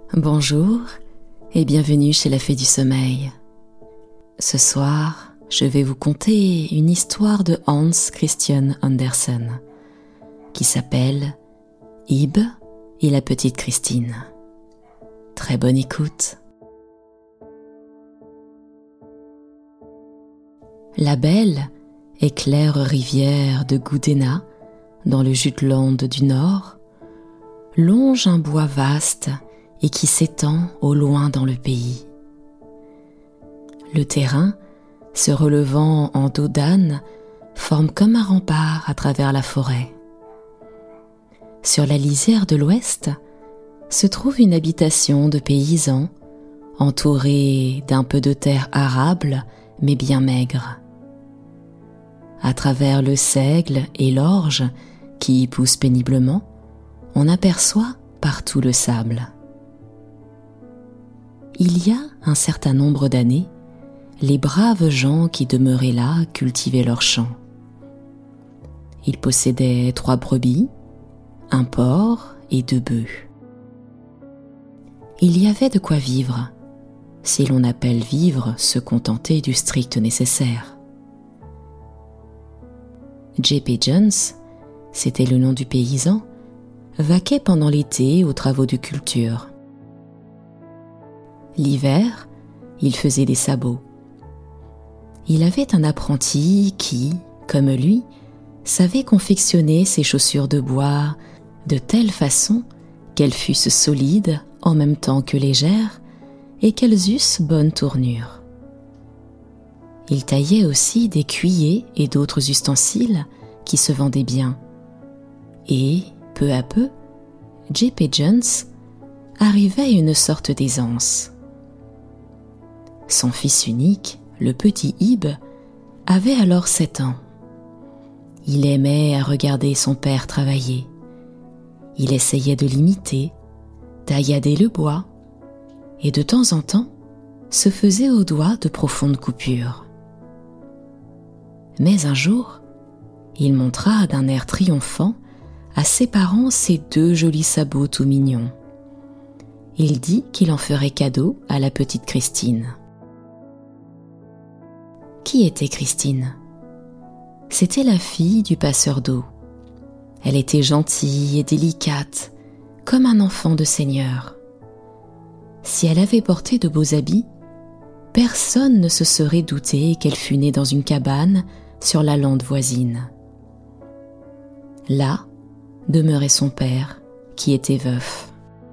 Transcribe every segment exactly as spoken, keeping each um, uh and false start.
Bonjour et bienvenue chez la Fée du Sommeil. Ce soir, je vais vous conter une histoire de Hans Christian Andersen qui s'appelle Ib et la petite Christine. Très bonne écoute. La belle et claire rivière de Gudena, dans le Jutland du Nord, longe un bois vaste et qui s'étend au loin dans le pays. Le terrain, se relevant en dos d'âne, forme comme un rempart à travers la forêt. Sur la lisière de l'ouest se trouve une habitation de paysans, entourée d'un peu de terre arable mais bien maigre. À travers le seigle et l'orge qui y poussent péniblement, on aperçoit partout le sable. Il y a un certain nombre d'années, les braves gens qui demeuraient là cultivaient leurs champs. Ils possédaient trois brebis, un porc et deux bœufs. Il y avait de quoi vivre, si l'on appelle vivre se contenter du strict nécessaire. J P Jones, c'était le nom du paysan, vaquait pendant l'été aux travaux de culture. L'hiver, il faisait des sabots. Il avait un apprenti qui, comme lui, savait confectionner ses chaussures de bois de telle façon qu'elles fussent solides en même temps que légères et qu'elles eussent bonne tournure. Il taillait aussi des cuillers et d'autres ustensiles qui se vendaient bien. Et, peu à peu, J P Jones arrivait à une sorte d'aisance. Son fils unique, le petit Ib, avait alors sept ans. Il aimait à regarder son père travailler. Il essayait de l'imiter, taillader le bois, et de temps en temps se faisait au doigt de profondes coupures. Mais un jour, il montra d'un air triomphant à ses parents ses deux jolis sabots tout mignons. Il dit qu'il en ferait cadeau à la petite Christine. Qui était Christine ? C'était la fille du passeur d'eau. Elle était gentille et délicate, comme un enfant de seigneur. Si elle avait porté de beaux habits, personne ne se serait douté qu'elle fût née dans une cabane sur la lande voisine. Là demeurait son père, qui était veuf.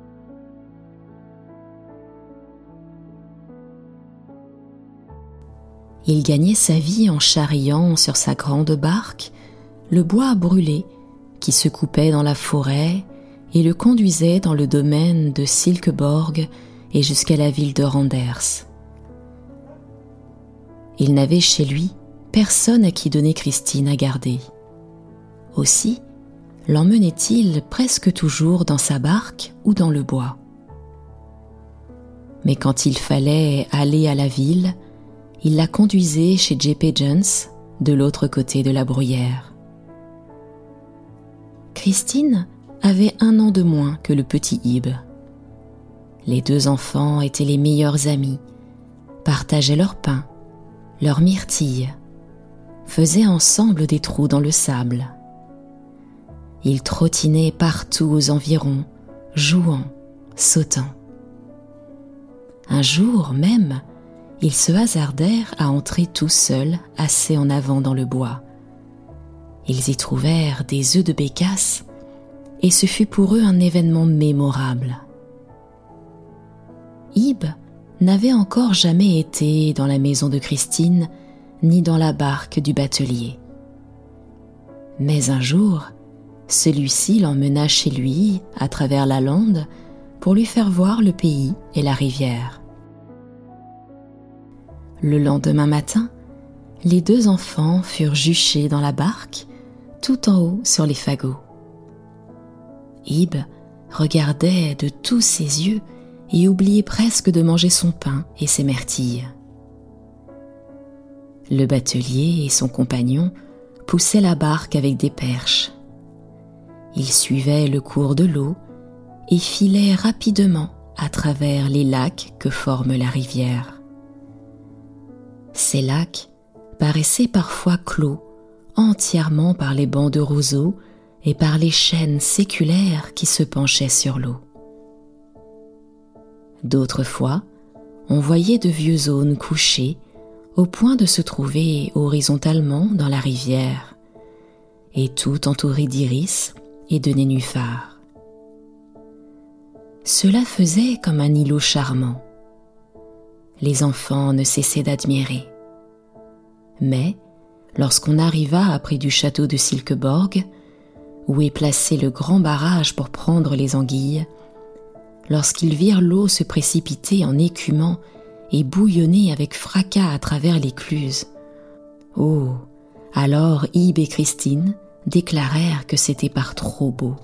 Il gagnait sa vie en charriant sur sa grande barque le bois brûlé qui se coupait dans la forêt et le conduisait dans le domaine de Silkeborg et jusqu'à la ville de Randers. Il n'avait chez lui personne à qui donner Christine à garder. Aussi l'emmenait-il presque toujours dans sa barque ou dans le bois. Mais quand il fallait aller à la ville, il la conduisait chez J P Jones, de l'autre côté de la bruyère. Christine avait un an de moins que le petit Ib. Les deux enfants étaient les meilleurs amis, partageaient leur pain, leur myrtille, faisaient ensemble des trous dans le sable. Ils trottinaient partout aux environs, jouant, sautant. Un jour même, ils se hasardèrent à entrer tout seuls, assez en avant dans le bois. Ils y trouvèrent des œufs de bécasse, et ce fut pour eux un événement mémorable. Ib n'avait encore jamais été dans la maison de Christine, ni dans la barque du batelier. Mais un jour, celui-ci l'emmena chez lui, à travers la lande, pour lui faire voir le pays et la rivière. Le lendemain matin, les deux enfants furent juchés dans la barque, tout en haut sur les fagots. Ib regardait de tous ses yeux et oubliait presque de manger son pain et ses myrtilles. Le batelier et son compagnon poussaient la barque avec des perches. Ils suivaient le cours de l'eau et filaient rapidement à travers les lacs que forme la rivière. Ces lacs paraissaient parfois clos entièrement par les bancs de roseaux et par les chênes séculaires qui se penchaient sur l'eau. D'autres fois, on voyait de vieux aunes couchés au point de se trouver horizontalement dans la rivière, et tout entouré d'iris et de nénuphars. Cela faisait comme un îlot charmant. Les enfants ne cessaient d'admirer. Mais, lorsqu'on arriva près du château de Silkeborg, où est placé le grand barrage pour prendre les anguilles, lorsqu'ils virent l'eau se précipiter en écumant et bouillonner avec fracas à travers l'écluse, oh, alors Ib et Christine déclarèrent que c'était par trop beau.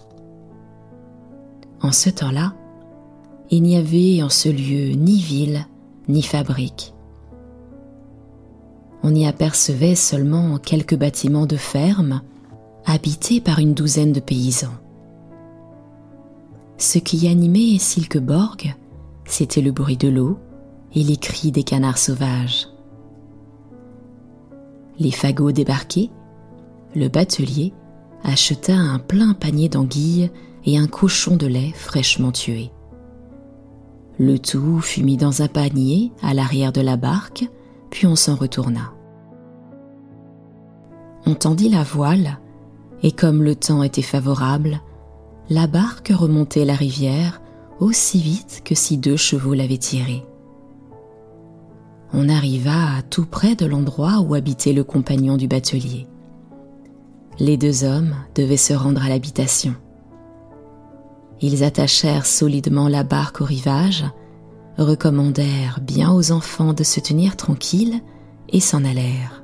En ce temps-là, il n'y avait en ce lieu ni ville, ni fabrique. On y apercevait seulement quelques bâtiments de ferme, habités par une douzaine de paysans. Ce qui animait Silkeborg, c'était le bruit de l'eau et les cris des canards sauvages. Les fagots débarqués, le batelier acheta un plein panier d'anguilles et un cochon de lait fraîchement tué. Le tout fut mis dans un panier à l'arrière de la barque, puis on s'en retourna. On tendit la voile, et comme le temps était favorable, la barque remontait la rivière aussi vite que si deux chevaux l'avaient tirée. On arriva à tout près de l'endroit où habitait le compagnon du batelier. Les deux hommes devaient se rendre à l'habitation. Ils attachèrent solidement la barque au rivage, recommandèrent bien aux enfants de se tenir tranquilles et s'en allèrent.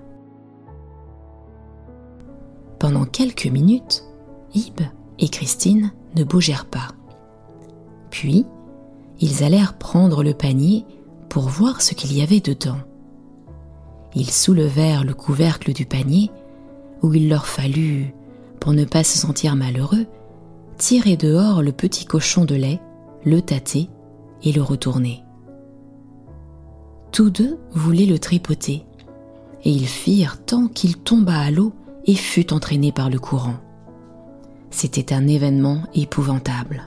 Pendant quelques minutes, Ib et Christine ne bougèrent pas. Puis, ils allèrent prendre le panier pour voir ce qu'il y avait dedans. Ils soulevèrent le couvercle du panier, où il leur fallut, pour ne pas se sentir malheureux, tirer dehors le petit cochon de lait, le tâter et le retourner. Tous deux voulaient le tripoter, et ils firent tant qu'il tomba à l'eau et fut entraîné par le courant. C'était un événement épouvantable.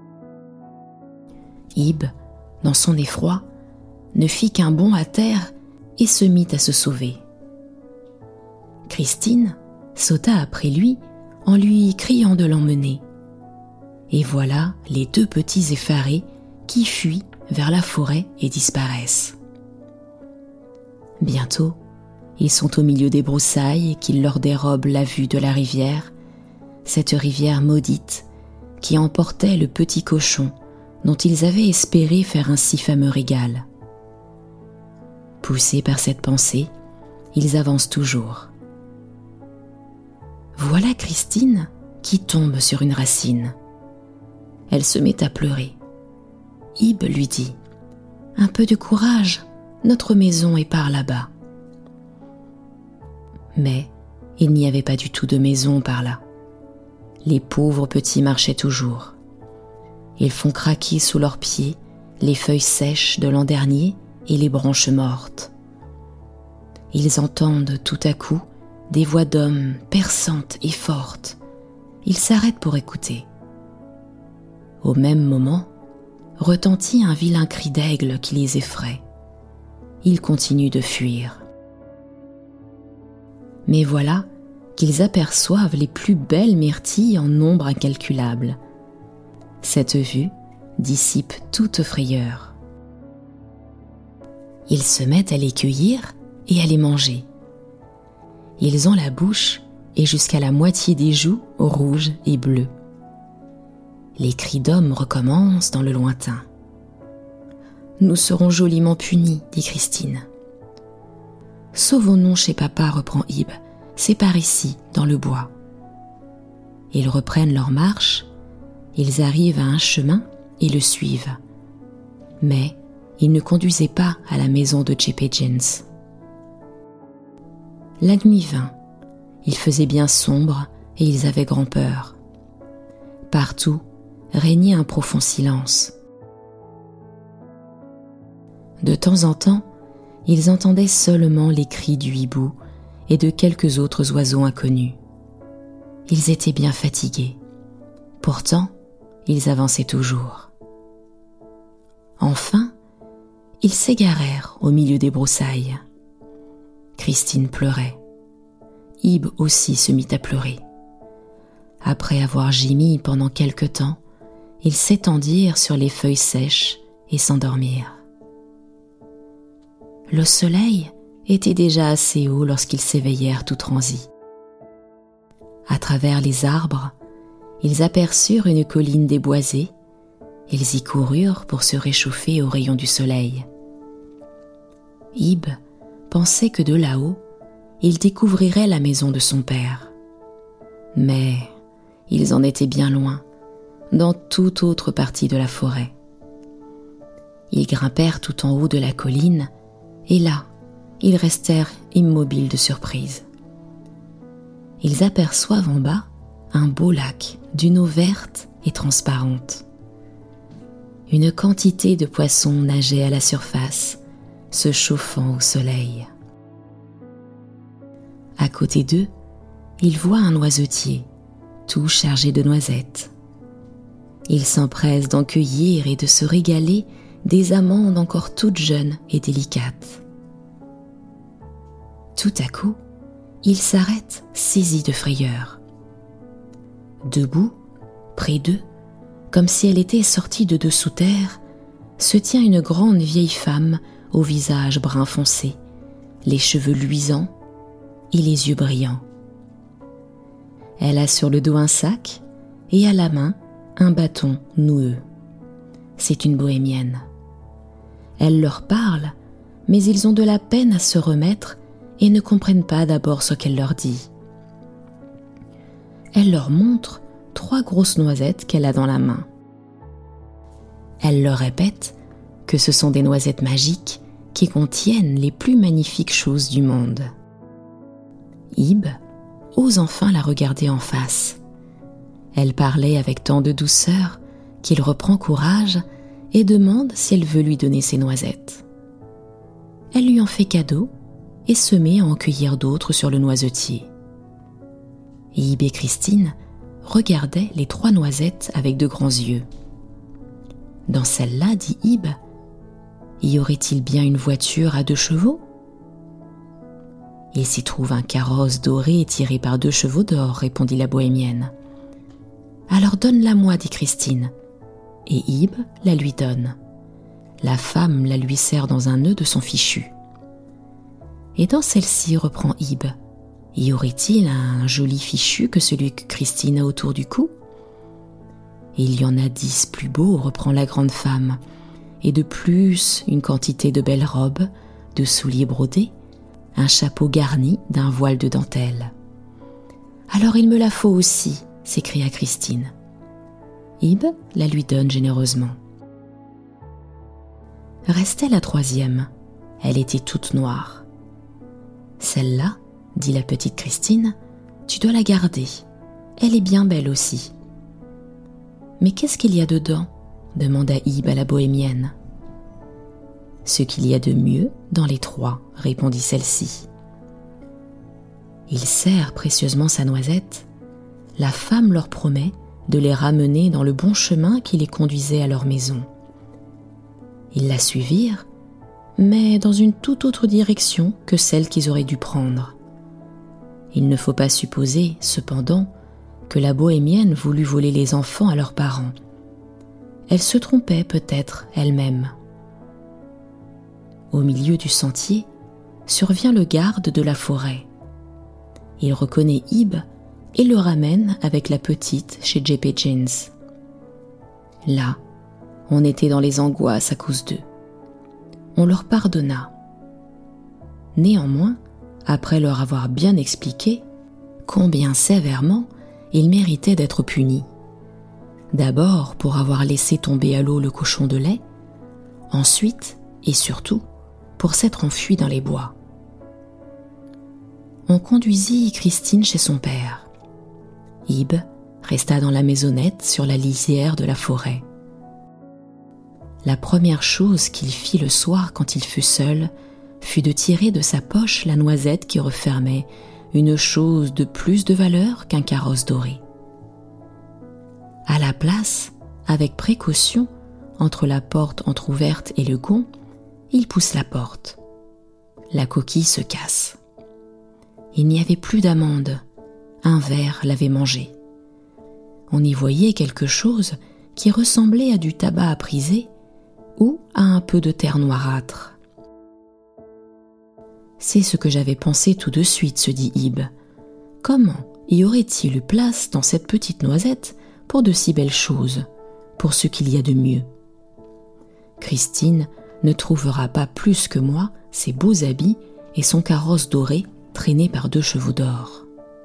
Ib, dans son effroi, ne fit qu'un bond à terre et se mit à se sauver. Christine sauta après lui en lui criant de l'emmener. Et voilà les deux petits effarés qui fuient vers la forêt et disparaissent. Bientôt, ils sont au milieu des broussailles qui leur dérobent la vue de la rivière, cette rivière maudite qui emportait le petit cochon dont ils avaient espéré faire un si fameux régal. Poussés par cette pensée, ils avancent toujours. Voilà Christine qui tombe sur une racine. Elle se met à pleurer. Ib lui dit « Un peu de courage, notre maison est par là-bas. » Mais il n'y avait pas du tout de maison par là. Les pauvres petits marchaient toujours. Ils font craquer sous leurs pieds les feuilles sèches de l'an dernier et les branches mortes. Ils entendent tout à coup des voix d'hommes perçantes et fortes. Ils s'arrêtent pour écouter. Au même moment, retentit un vilain cri d'aigle qui les effraie. Ils continuent de fuir. Mais voilà qu'ils aperçoivent les plus belles myrtilles en nombre incalculable. Cette vue dissipe toute frayeur. Ils se mettent à les cueillir et à les manger. Ils ont la bouche et jusqu'à la moitié des joues rouges et bleues. Les cris d'hommes recommencent dans le lointain. « Nous serons joliment punis, dit Christine. »« Sauvons-nous chez papa, reprend Ib. C'est par ici, dans le bois. » Ils reprennent leur marche, ils arrivent à un chemin et le suivent. Mais ils ne conduisaient pas à la maison de Jeppe Jens. La nuit vint, il faisait bien sombre et ils avaient grand-peur. Partout régnait un profond silence. De temps en temps, ils entendaient seulement les cris du hibou et de quelques autres oiseaux inconnus. Ils étaient bien fatigués. Pourtant, ils avançaient toujours. Enfin, ils s'égarèrent au milieu des broussailles. Christine pleurait. Ib aussi se mit à pleurer. Après avoir gémi pendant quelque temps, ils s'étendirent sur les feuilles sèches et s'endormirent. Le soleil était déjà assez haut lorsqu'ils s'éveillèrent tout transis. À travers les arbres, ils aperçurent une colline déboisée. Ils y coururent pour se réchauffer aux rayons du soleil. Ib pensait que de là-haut, il découvrirait la maison de son père. Mais ils en étaient bien loin, dans toute autre partie de la forêt. Ils grimpèrent tout en haut de la colline, et là, ils restèrent immobiles de surprise. Ils aperçoivent en bas un beau lac d'une eau verte et transparente. Une quantité de poissons nageait à la surface, se chauffant au soleil. À côté d'eux, ils voient un noisetier, tout chargé de noisettes. Ils s'empressent d'en cueillir et de se régaler des amandes encore toutes jeunes et délicates. Tout à coup, ils s'arrêtent saisis de frayeur. Debout, près d'eux, comme si elle était sortie de dessous terre, se tient une grande vieille femme au visage brun foncé, les cheveux luisants et les yeux brillants. Elle a sur le dos un sac et à la main un bâton noueux. C'est une bohémienne. Elle leur parle, mais ils ont de la peine à se remettre et ne comprennent pas d'abord ce qu'elle leur dit. Elle leur montre trois grosses noisettes qu'elle a dans la main. Elle leur répète que ce sont des noisettes magiques qui contiennent les plus magnifiques choses du monde. Ib ose enfin la regarder en face. Elle parlait avec tant de douceur qu'il reprend courage et demande si elle veut lui donner ses noisettes. Elle lui en fait cadeau et se met à en cueillir d'autres sur le noisetier. Ib et Christine regardaient les trois noisettes avec de grands yeux. Dans celle-là, dit Ib, y aurait-il bien une voiture à deux chevaux ? Il s'y trouve un carrosse doré tiré par deux chevaux d'or, répondit la bohémienne. Alors donne-la-moi, dit Christine, et Ib la lui donne. La femme la lui serre dans un nœud de son fichu. Et dans celle-ci, reprend Ib, y aurait-il un joli fichu que celui que Christine a autour du cou ? Il y en a dix plus beaux, reprend la grande femme, et de plus une quantité de belles robes, de souliers brodés, un chapeau garni d'un voile de dentelle. Alors il me la faut aussi, s'écria Christine. Ib la lui donne généreusement. Restait la troisième. Elle était toute noire. Celle-là, dit la petite Christine, tu dois la garder. Elle est bien belle aussi. Mais qu'est-ce qu'il y a dedans ? Demanda Ib à la bohémienne. Ce qu'il y a de mieux dans les trois, répondit celle-ci. Il serre précieusement sa noisette. La femme leur promet de les ramener dans le bon chemin qui les conduisait à leur maison. Ils la suivirent, mais dans une toute autre direction que celle qu'ils auraient dû prendre. Il ne faut pas supposer, cependant, que la bohémienne voulut voler les enfants à leurs parents. Elle se trompait peut-être elle-même. Au milieu du sentier, survient le garde de la forêt. Il reconnaît Ib et le ramène avec la petite chez J P Jeans. Là, on était dans les angoisses à cause d'eux. On leur pardonna. Néanmoins, après leur avoir bien expliqué combien sévèrement ils méritaient d'être punis. D'abord pour avoir laissé tomber à l'eau le cochon de lait, ensuite et surtout pour s'être enfuis dans les bois. On conduisit Christine chez son père. Ib resta dans la maisonnette sur la lisière de la forêt. La première chose qu'il fit le soir quand il fut seul fut de tirer de sa poche la noisette qui refermait une chose de plus de valeur qu'un carrosse doré. À la place, avec précaution, entre la porte entr'ouverte et le gond, il pousse la porte. La coquille se casse. Il n'y avait plus d'amande. Un ver l'avait mangé. On y voyait quelque chose qui ressemblait à du tabac à priser ou à un peu de terre noirâtre. C'est ce que j'avais pensé tout de suite, se dit Ibe. Comment y aurait-il eu place dans cette petite noisette pour de si belles choses, pour ce qu'il y a de mieux? Christine ne trouvera pas plus que moi ses beaux habits et son carrosse doré traîné par deux chevaux d'or.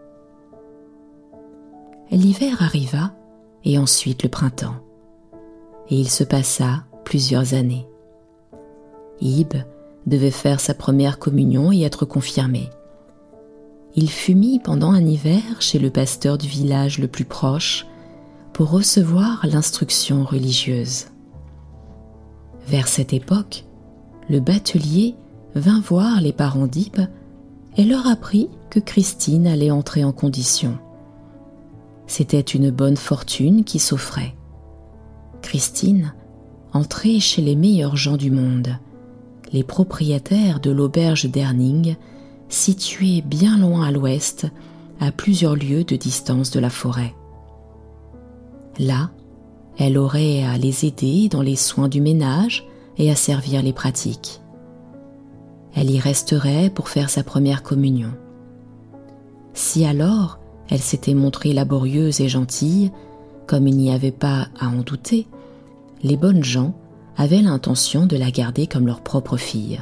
L'hiver arriva et ensuite le printemps, et il se passa plusieurs années. Ibe devait faire sa première communion et être confirmé. Il fut mis pendant un hiver chez le pasteur du village le plus proche pour recevoir l'instruction religieuse. Vers cette époque, le batelier vint voir les parents d'Ibe et leur apprit que Christine allait entrer en condition. C'était une bonne fortune qui s'offrait. Christine entrait chez les meilleurs gens du monde, les propriétaires de l'auberge d'Erning, située bien loin à l'ouest, à plusieurs lieues de distance de la forêt. Là, elle aurait à les aider dans les soins du ménage et à servir les pratiques. Elle y resterait pour faire sa première communion. Si alors elle s'était montrée laborieuse et gentille, comme il n'y avait pas à en douter, les bonnes gens avaient l'intention de la garder comme leur propre fille.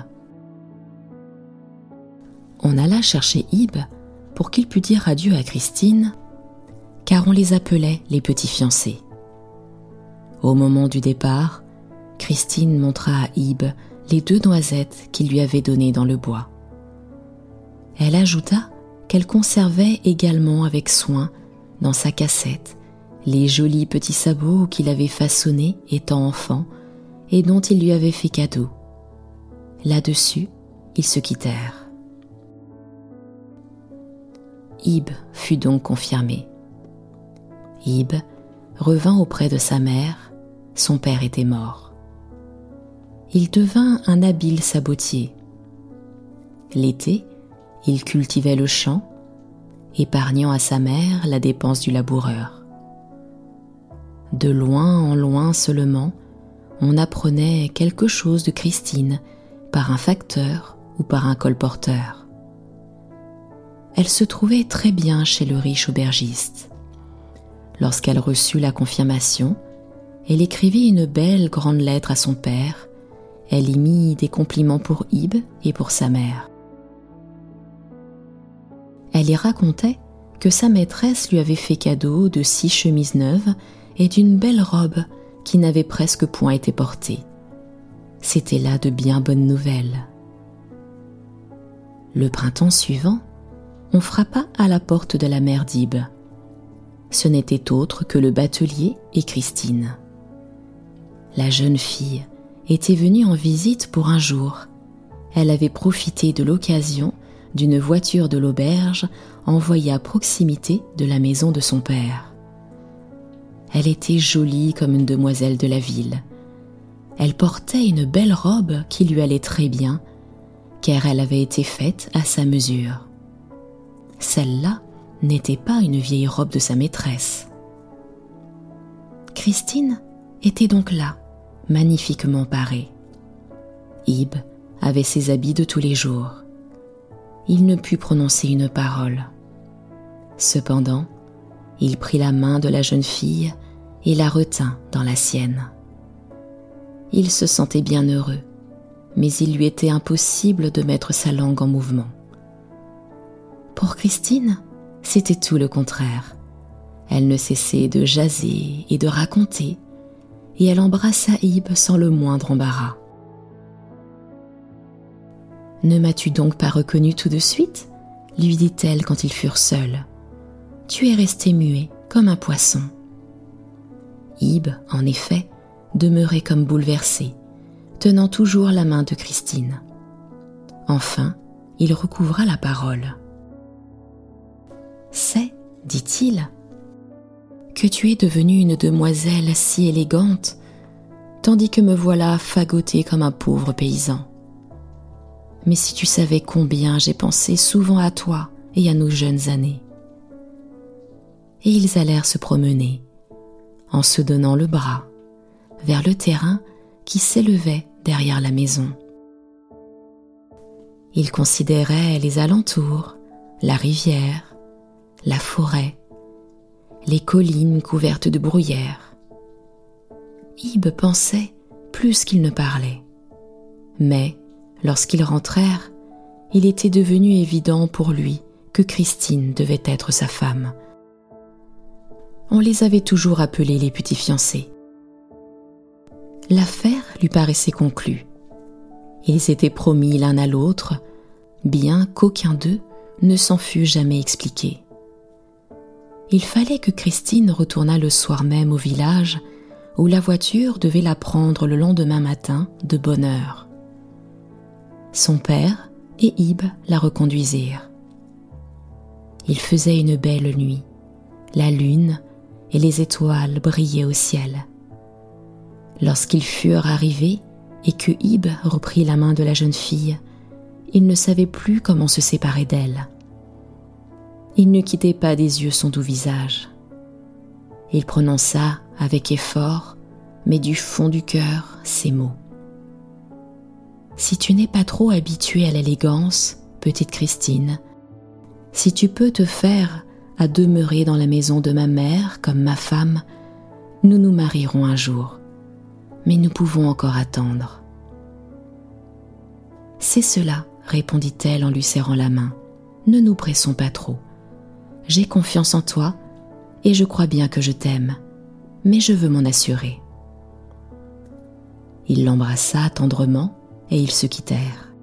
On alla chercher Ibe pour qu'il pût dire adieu à Christine, car on les appelait les petits fiancés. Au moment du départ, Christine montra à Ibe les deux noisettes qu'il lui avait données dans le bois. Elle ajouta qu'elle conservait également avec soin, dans sa cassette, les jolis petits sabots qu'il avait façonnés étant enfant et dont il lui avait fait cadeau. Là-dessus, ils se quittèrent. Ibe fut donc confirmé. Ibe revint auprès de sa mère, son père était mort. Il devint un habile sabotier. L'été, il cultivait le champ, épargnant à sa mère la dépense du laboureur. De loin en loin seulement, on apprenait quelque chose de Christine par un facteur ou par un colporteur. Elle se trouvait très bien chez le riche aubergiste. Lorsqu'elle reçut la confirmation, elle écrivit une belle grande lettre à son père. Elle y mit des compliments pour Ibe et pour sa mère. Elle y racontait que sa maîtresse lui avait fait cadeau de six chemises neuves et d'une belle robe qui n'avait presque point été portée. C'étaient là de bien bonnes nouvelles. Le printemps suivant, on frappa à la porte de la mère d'Ibe. Ce n'était autre que le batelier et Christine. La jeune fille était venue en visite pour un jour. Elle avait profité de l'occasion d'une voiture de l'auberge envoyée à proximité de la maison de son père. Elle était jolie comme une demoiselle de la ville. Elle portait une belle robe qui lui allait très bien, car elle avait été faite à sa mesure. Celle-là n'était pas une vieille robe de sa maîtresse. Christine était donc là, magnifiquement parée. Ibe avait ses habits de tous les jours. Il ne put prononcer une parole. Cependant, il prit la main de la jeune fille et la retint dans la sienne. Il se sentait bien heureux, mais il lui était impossible de mettre sa langue en mouvement. Pour Christine, c'était tout le contraire. Elle ne cessait de jaser et de raconter, et elle embrassa Ibe sans le moindre embarras. « Ne m'as-tu donc pas reconnu tout de suite ?» lui dit-elle quand ils furent seuls. « Tu es resté muet comme un poisson. » Ibe, en effet, demeurait comme bouleversé, tenant toujours la main de Christine. Enfin, il recouvra la parole. « C'est, dit-il, que tu es devenue une demoiselle si élégante, tandis que me voilà fagoté comme un pauvre paysan. Mais si tu savais combien j'ai pensé souvent à toi et à nos jeunes années. » Et ils allèrent se promener, en se donnant le bras, vers le terrain qui s'élevait derrière la maison. Ils considéraient les alentours, la rivière, la forêt, les collines couvertes de bruyère. Ibe pensait plus qu'il ne parlait. Mais, lorsqu'ils rentrèrent, il était devenu évident pour lui que Christine devait être sa femme. On les avait toujours appelés les petits fiancés. L'affaire lui paraissait conclue. Ils s'étaient promis l'un à l'autre, bien qu'aucun d'eux ne s'en fût jamais expliqué. Il fallait que Christine retournât le soir même au village où la voiture devait la prendre le lendemain matin de bonne heure. Son père et Ibe la reconduisirent. Il faisait une belle nuit. La lune et les étoiles brillaient au ciel. Lorsqu'ils furent arrivés et que Ibe reprit la main de la jeune fille, il ne savait plus comment se séparer d'elle. Il ne quittait pas des yeux son doux visage. Il prononça avec effort, mais du fond du cœur, ces mots. « Si tu n'es pas trop habituée à l'élégance, petite Christine, si tu peux te faire à demeurer dans la maison de ma mère comme ma femme, nous nous marierons un jour, mais nous pouvons encore attendre. » « C'est cela, répondit-elle en lui serrant la main. Ne nous pressons pas trop. J'ai confiance en toi et je crois bien que je t'aime, mais je veux m'en assurer. » Il l'embrassa tendrement et ils se quittèrent.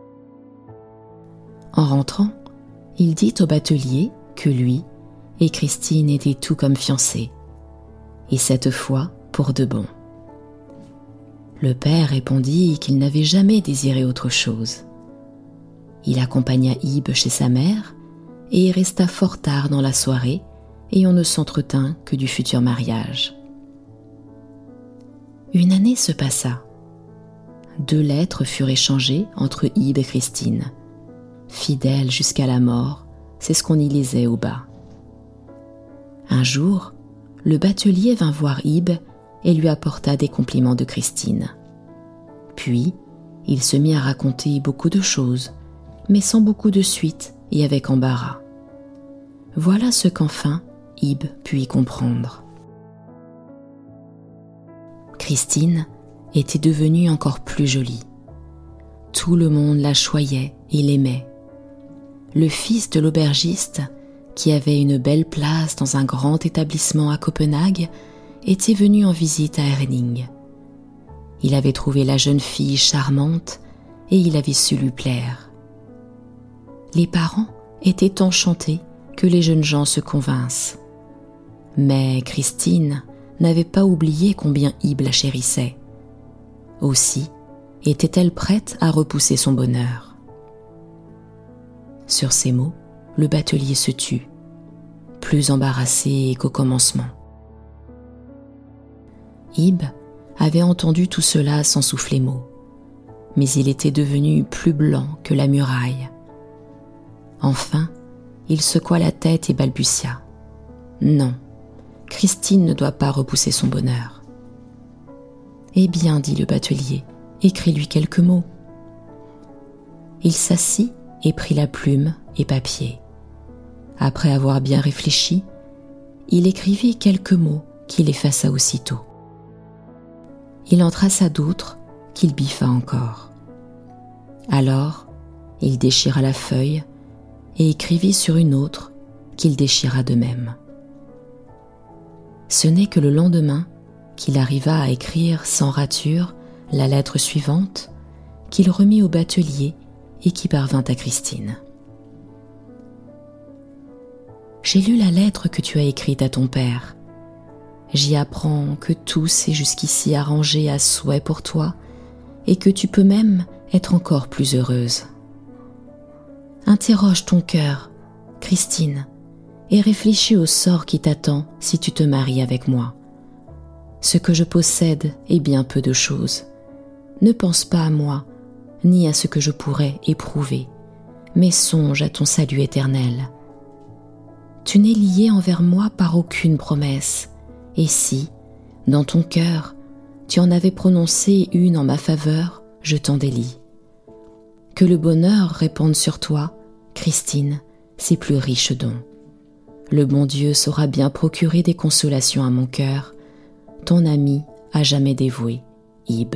En rentrant, il dit au batelier que lui et Christine étaient tout comme fiancés, et cette fois pour de bon. Le père répondit qu'il n'avait jamais désiré autre chose. Il accompagna Ibe chez sa mère et y resta fort tard dans la soirée et on ne s'entretint que du futur mariage. Une année se passa. Deux lettres furent échangées entre Ibe et Christine. Fidèles jusqu'à la mort, c'est ce qu'on y lisait au bas. Un jour, le batelier vint voir Ibe et lui apporta des compliments de Christine. Puis, il se mit à raconter beaucoup de choses, mais sans beaucoup de suite et avec embarras. Voilà ce qu'enfin Ibe put y comprendre. Christine était devenue encore plus jolie. Tout le monde la choyait et l'aimait. Le fils de l'aubergiste, qui avait une belle place dans un grand établissement à Copenhague, était venu en visite à Herning. Il avait trouvé la jeune fille charmante et il avait su lui plaire. Les parents étaient enchantés que les jeunes gens se convinssent. Mais Christine n'avait pas oublié combien Ibe la chérissait. Aussi était-elle prête à repousser son bonheur. Sur ces mots, le batelier se tut, plus embarrassé qu'au commencement. Ibe avait entendu tout cela sans souffler mot, mais il était devenu plus blanc que la muraille. Enfin, il secoua la tête et balbutia. « Non, Christine ne doit pas repousser son bonheur. » « Eh bien, dit le batelier, écris-lui quelques mots. » Il s'assit et prit la plume et papier. Après avoir bien réfléchi, il écrivit quelques mots qu'il effaça aussitôt. Il en traça d'autres qu'il biffa encore. Alors, il déchira la feuille et écrivit sur une autre qu'il déchira de même. Ce n'est que le lendemain qu'il arriva à écrire sans rature la lettre suivante qu'il remit au batelier et qui parvint à Christine. « J'ai lu la lettre que tu as écrite à ton père. J'y apprends que tout s'est jusqu'ici arrangé à souhait pour toi et que tu peux même être encore plus heureuse. Interroge ton cœur, Christine, et réfléchis au sort qui t'attend si tu te maries avec moi. Ce que je possède est bien peu de choses. Ne pense pas à moi, ni à ce que je pourrais éprouver, mais songe à ton salut éternel. Tu n'es lié envers moi par aucune promesse, et si, dans ton cœur, tu en avais prononcé une en ma faveur, je t'en délie. Que le bonheur répande sur toi, Christine, ses plus riches dons. Le bon Dieu saura bien procurer des consolations à mon cœur, ton ami à jamais dévoué, Ibe.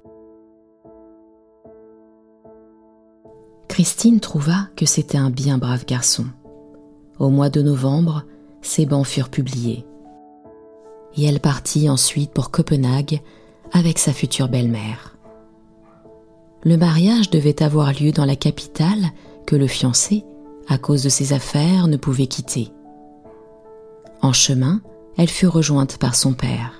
Christine trouva que c'était un bien brave garçon. Au mois de novembre, ses bans furent publiés. Et elle partit ensuite pour Copenhague avec sa future belle-mère. Le mariage devait avoir lieu dans la capitale que le fiancé, à cause de ses affaires, ne pouvait quitter. En chemin, elle fut rejointe par son père.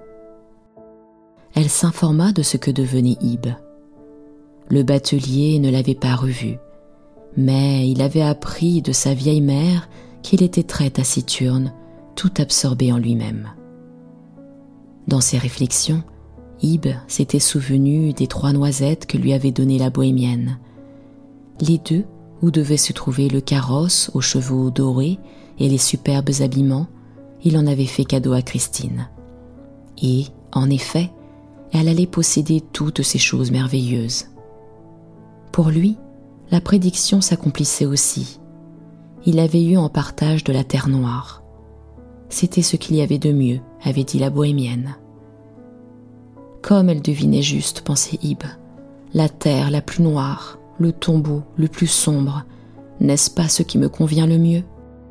Elle s'informa de ce que devenait Ibe. Le batelier ne l'avait pas revu, mais il avait appris de sa vieille mère qu'il était très taciturne, tout absorbé en lui-même. Dans ses réflexions, Ibe s'était souvenu des trois noisettes que lui avait données la bohémienne. Les deux où devait se trouver le carrosse aux chevaux dorés et les superbes habillements, il en avait fait cadeau à Christine. Et, en effet, elle allait posséder toutes ces choses merveilleuses. Pour lui, la prédiction s'accomplissait aussi. Il avait eu en partage de la terre noire. C'était ce qu'il y avait de mieux, avait dit la bohémienne. Comme elle devinait juste, pensait Ibe, la terre la plus noire, le tombeau le plus sombre, n'est-ce pas ce qui me convient le mieux?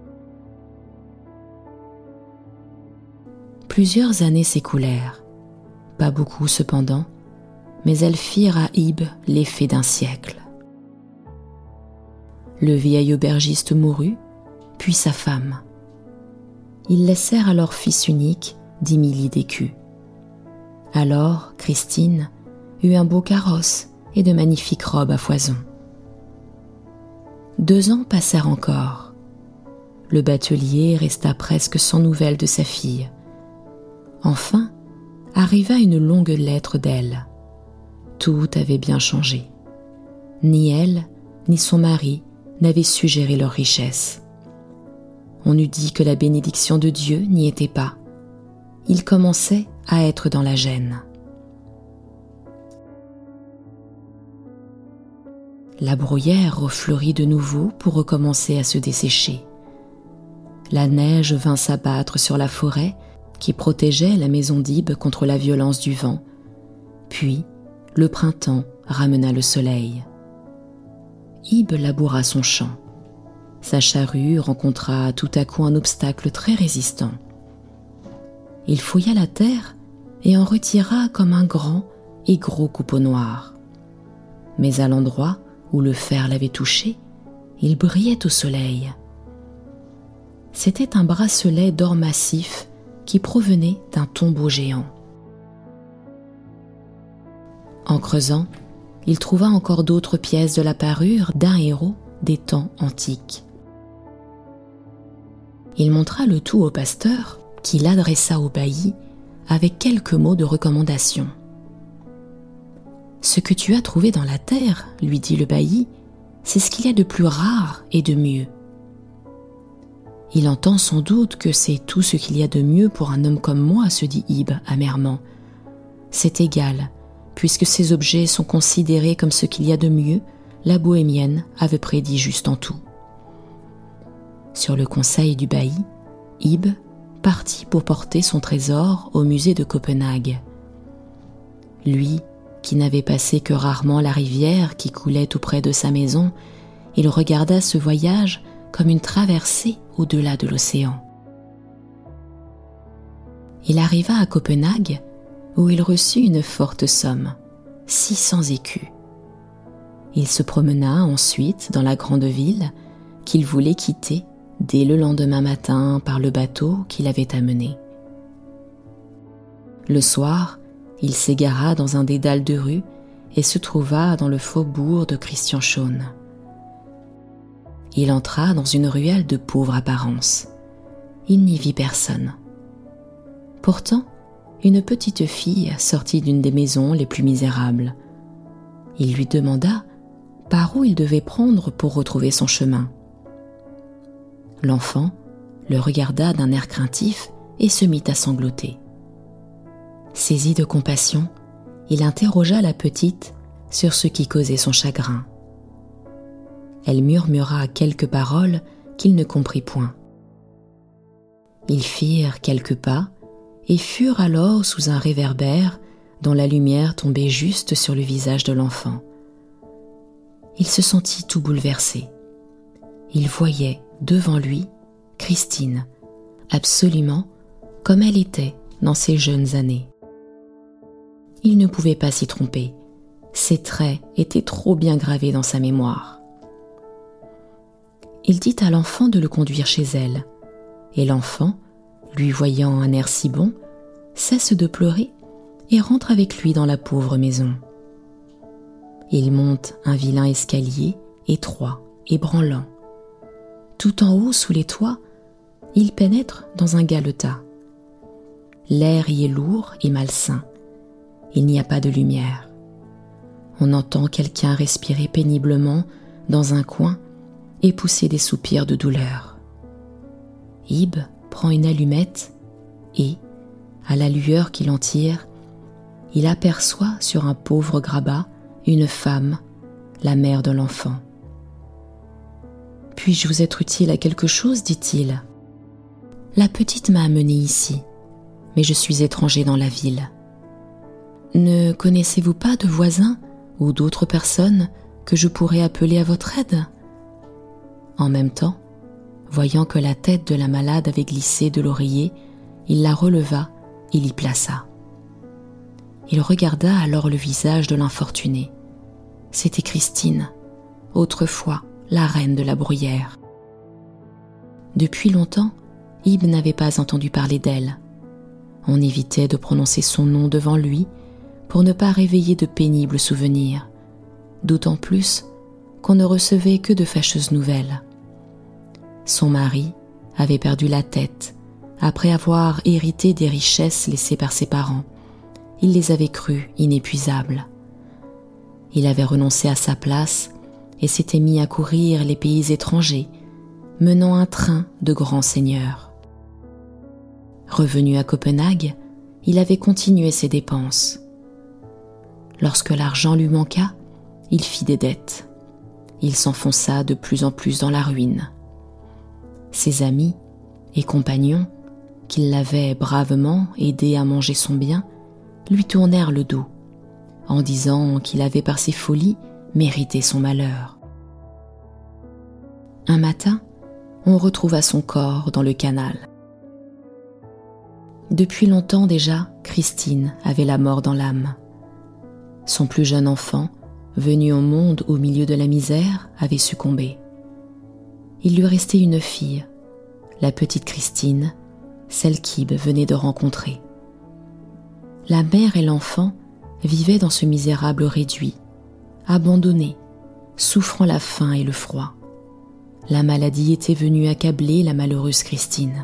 Plusieurs années s'écoulèrent, pas beaucoup cependant, mais elles firent à Ibe l'effet d'un siècle. Le vieil aubergiste mourut, puis sa femme. Ils laissèrent à leur fils unique dix mille d'écus. Alors Christine eut un beau carrosse et de magnifiques robes à foison. Deux ans passèrent encore. Le batelier resta presque sans nouvelles de sa fille. Enfin, arriva une longue lettre d'elle. Tout avait bien changé. Ni elle, ni son mari n'avaient su gérer leur richesse. On eût dit que la bénédiction de Dieu n'y était pas. Ils commençaient à être dans la gêne. La bruyère refleurit de nouveau pour recommencer à se dessécher. La neige vint s'abattre sur la forêt qui protégeait la maison d'Ibe contre la violence du vent. Puis, le printemps ramena le soleil. Ibe laboura son champ. Sa charrue rencontra tout à coup un obstacle très résistant. Il fouilla la terre et en retira comme un grand et gros coupeau noir. Mais à l'endroit où le fer l'avait touché, il brillait au soleil. C'était un bracelet d'or massif qui provenait d'un tombeau géant. En creusant, il trouva encore d'autres pièces de la parure d'un héros des temps antiques. Il montra le tout au pasteur, qui l'adressa au bailli avec quelques mots de recommandation. « Ce que tu as trouvé dans la terre, lui dit le bailli, c'est ce qu'il y a de plus rare et de mieux. » Il entend sans doute que c'est tout ce qu'il y a de mieux pour un homme comme moi, se dit Ibe amèrement. C'est égal, puisque ces objets sont considérés comme ce qu'il y a de mieux, la bohémienne avait prédit juste en tout. Sur le conseil du bailli, Ibe partit pour porter son trésor au musée de Copenhague. Lui, qui n'avait passé que rarement la rivière qui coulait auprès de sa maison, il regarda ce voyage comme une traversée au-delà de l'océan. Il arriva à Copenhague, où il reçut une forte somme, six cents écus. Il se promena ensuite dans la grande ville qu'il voulait quitter dès le lendemain matin par le bateau qui l'avait amené. Le soir, il s'égara dans un dédale de rue et se trouva dans le faubourg de Christianshavn. Il entra dans une ruelle de pauvre apparence. Il n'y vit personne. Pourtant, une petite fille sortit d'une des maisons les plus misérables. Il lui demanda par où il devait prendre pour retrouver son chemin. L'enfant le regarda d'un air craintif et se mit à sangloter. Saisi de compassion, il interrogea la petite sur ce qui causait son chagrin. Elle murmura quelques paroles qu'il ne comprit point. Ils firent quelques pas et furent alors sous un réverbère dont la lumière tombait juste sur le visage de l'enfant. Il se sentit tout bouleversé. Il voyait devant lui Christine, absolument comme elle était dans ses jeunes années. Il ne pouvait pas s'y tromper. Ses traits étaient trop bien gravés dans sa mémoire. Il dit à l'enfant de le conduire chez elle, et l'enfant, lui voyant un air si bon, cesse de pleurer et rentre avec lui dans la pauvre maison. Il monte un vilain escalier, étroit et branlant. Tout en haut, sous les toits, il pénètre dans un galetas. L'air y est lourd et malsain. Il n'y a pas de lumière. On entend quelqu'un respirer péniblement dans un coin et pousser des soupirs de douleur. Ib prend une allumette et, à la lueur qu'il en tire, il aperçoit sur un pauvre grabat une femme, la mère de l'enfant. « Puis-je vous être utile à quelque chose ?» dit-il. « La petite m'a amené ici, mais je suis étranger dans la ville. Ne connaissez-vous pas de voisins ou d'autres personnes que je pourrais appeler à votre aide ?» En même temps, voyant que la tête de la malade avait glissé de l'oreiller, il la releva et l'y plaça. Il regarda alors le visage de l'infortunée. C'était Christine, autrefois la reine de la bruyère. Depuis longtemps, Ib n'avait pas entendu parler d'elle. On évitait de prononcer son nom devant lui pour ne pas réveiller de pénibles souvenirs, d'autant plus qu'on ne recevait que de fâcheuses nouvelles. Son mari avait perdu la tête après avoir hérité des richesses laissées par ses parents. Il les avait crues inépuisables. Il avait renoncé à sa place et s'était mis à courir les pays étrangers, menant un train de grands seigneurs. Revenu à Copenhague, il avait continué ses dépenses. Lorsque l'argent lui manqua, il fit des dettes. Il s'enfonça de plus en plus dans la ruine. Ses amis et compagnons, qui l'avaient bravement aidé à manger son bien, lui tournèrent le dos, en disant qu'il avait par ses folies mérité son malheur. Un matin, on retrouva son corps dans le canal. Depuis longtemps déjà, Christine avait la mort dans l'âme. Son plus jeune enfant, venu au monde au milieu de la misère, avait succombé. Il lui restait une fille, la petite Christine, celle qu'Ib venait de rencontrer. La mère et l'enfant vivaient dans ce misérable réduit, abandonnés, souffrant la faim et le froid. La maladie était venue accabler la malheureuse Christine.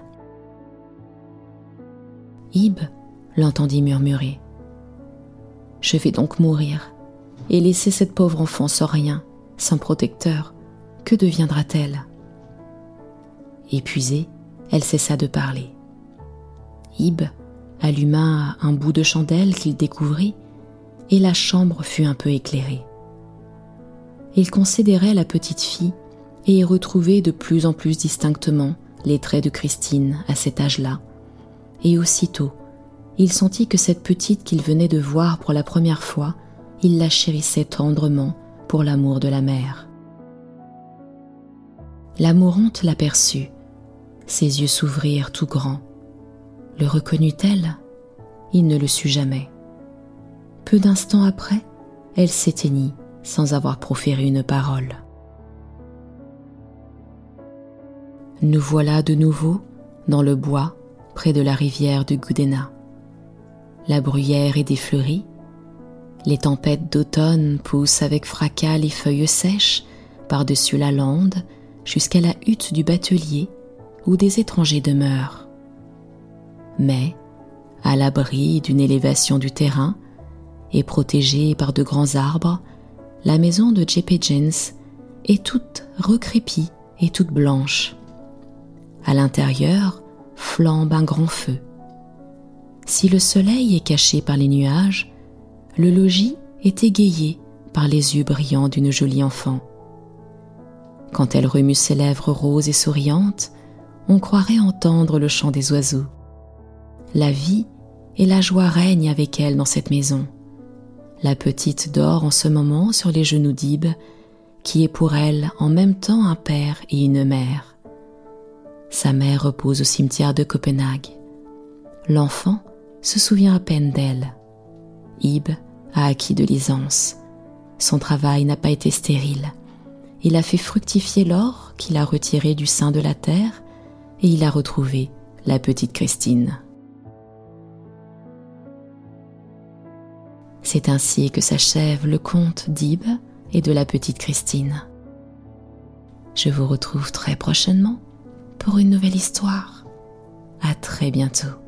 Ib l'entendit murmurer. « Je vais donc mourir et laisser cette pauvre enfant sans rien, sans protecteur. Que deviendra-t-elle » Épuisée, elle cessa de parler. Ib alluma un bout de chandelle qu'il découvrit et la chambre fut un peu éclairée. Il considérait la petite fille et y retrouvait de plus en plus distinctement les traits de Christine à cet âge-là, et aussitôt, il sentit que cette petite qu'il venait de voir pour la première fois, il la chérissait tendrement pour l'amour de la mère. La mourante l'aperçut, ses yeux s'ouvrirent tout grands. Le reconnut-elle ? Il ne le sut jamais. Peu d'instants après, elle s'éteignit sans avoir proféré une parole. Nous voilà de nouveau dans le bois près de la rivière de Gudena. la bruyère est défleurie, les tempêtes d'automne poussent avec fracas les feuilles sèches par-dessus la lande jusqu'à la hutte du batelier où des étrangers demeurent. Mais, à l'abri d'une élévation du terrain et protégée par de grands arbres, la maison de J P. Jeans est toute recrépie et toute blanche. À l'intérieur flambe un grand feu. Si le soleil est caché par les nuages, le logis est égayé par les yeux brillants d'une jolie enfant. Quand elle remue ses lèvres roses et souriantes, on croirait entendre le chant des oiseaux. La vie et la joie règnent avec elle dans cette maison. La petite dort en ce moment sur les genoux d'Ib, qui est pour elle en même temps un père et une mère. Sa mère repose au cimetière de Copenhague. L'enfant se souvient à peine d'elle. Ib a acquis de l'aisance. Son travail n'a pas été stérile. Il a fait fructifier l'or qu'il a retiré du sein de la terre et il a retrouvé la petite Christine. C'est ainsi que s'achève le conte d'Ib et de la petite Christine. Je vous retrouve très prochainement pour une nouvelle histoire. À très bientôt.